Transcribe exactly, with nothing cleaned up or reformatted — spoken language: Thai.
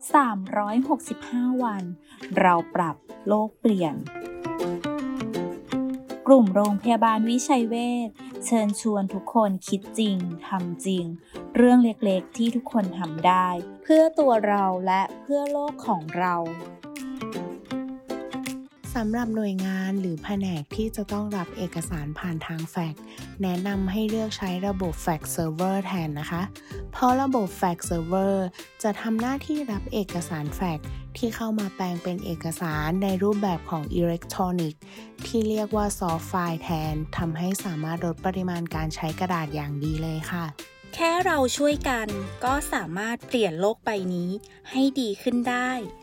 สามร้อยหกสิบห้า วันเราปรับโลกเปลี่ยนกลุ่มโรงพยาบาลวิชัยเวชเชิญชวนทุกคนคิดจริงทำจริงเรื่องเล็กๆที่ทุกคนทำได้เพื่อตัวเราและเพื่อโลกของเราสำหรับหน่วยงานหรือแผนกที่จะต้องรับเอกสารผ่านทางแฟกซ์แนะนำให้เลือกใช้ระบบ Fax Server แทนนะคะเพราะระบบ Fax Server จะทำหน้าที่รับเอกสารแฟกซ์ที่เข้ามาแปลงเป็นเอกสารในรูปแบบของอิเล็กทรอนิกส์ที่เรียกว่าซอฟต์ไฟล์แทนทำให้สามารถลดปริมาณการใช้กระดาษอย่างดีเลยค่ะแค่เราช่วยกันก็สามารถเปลี่ยนโลกใบนี้ให้ดีขึ้นได้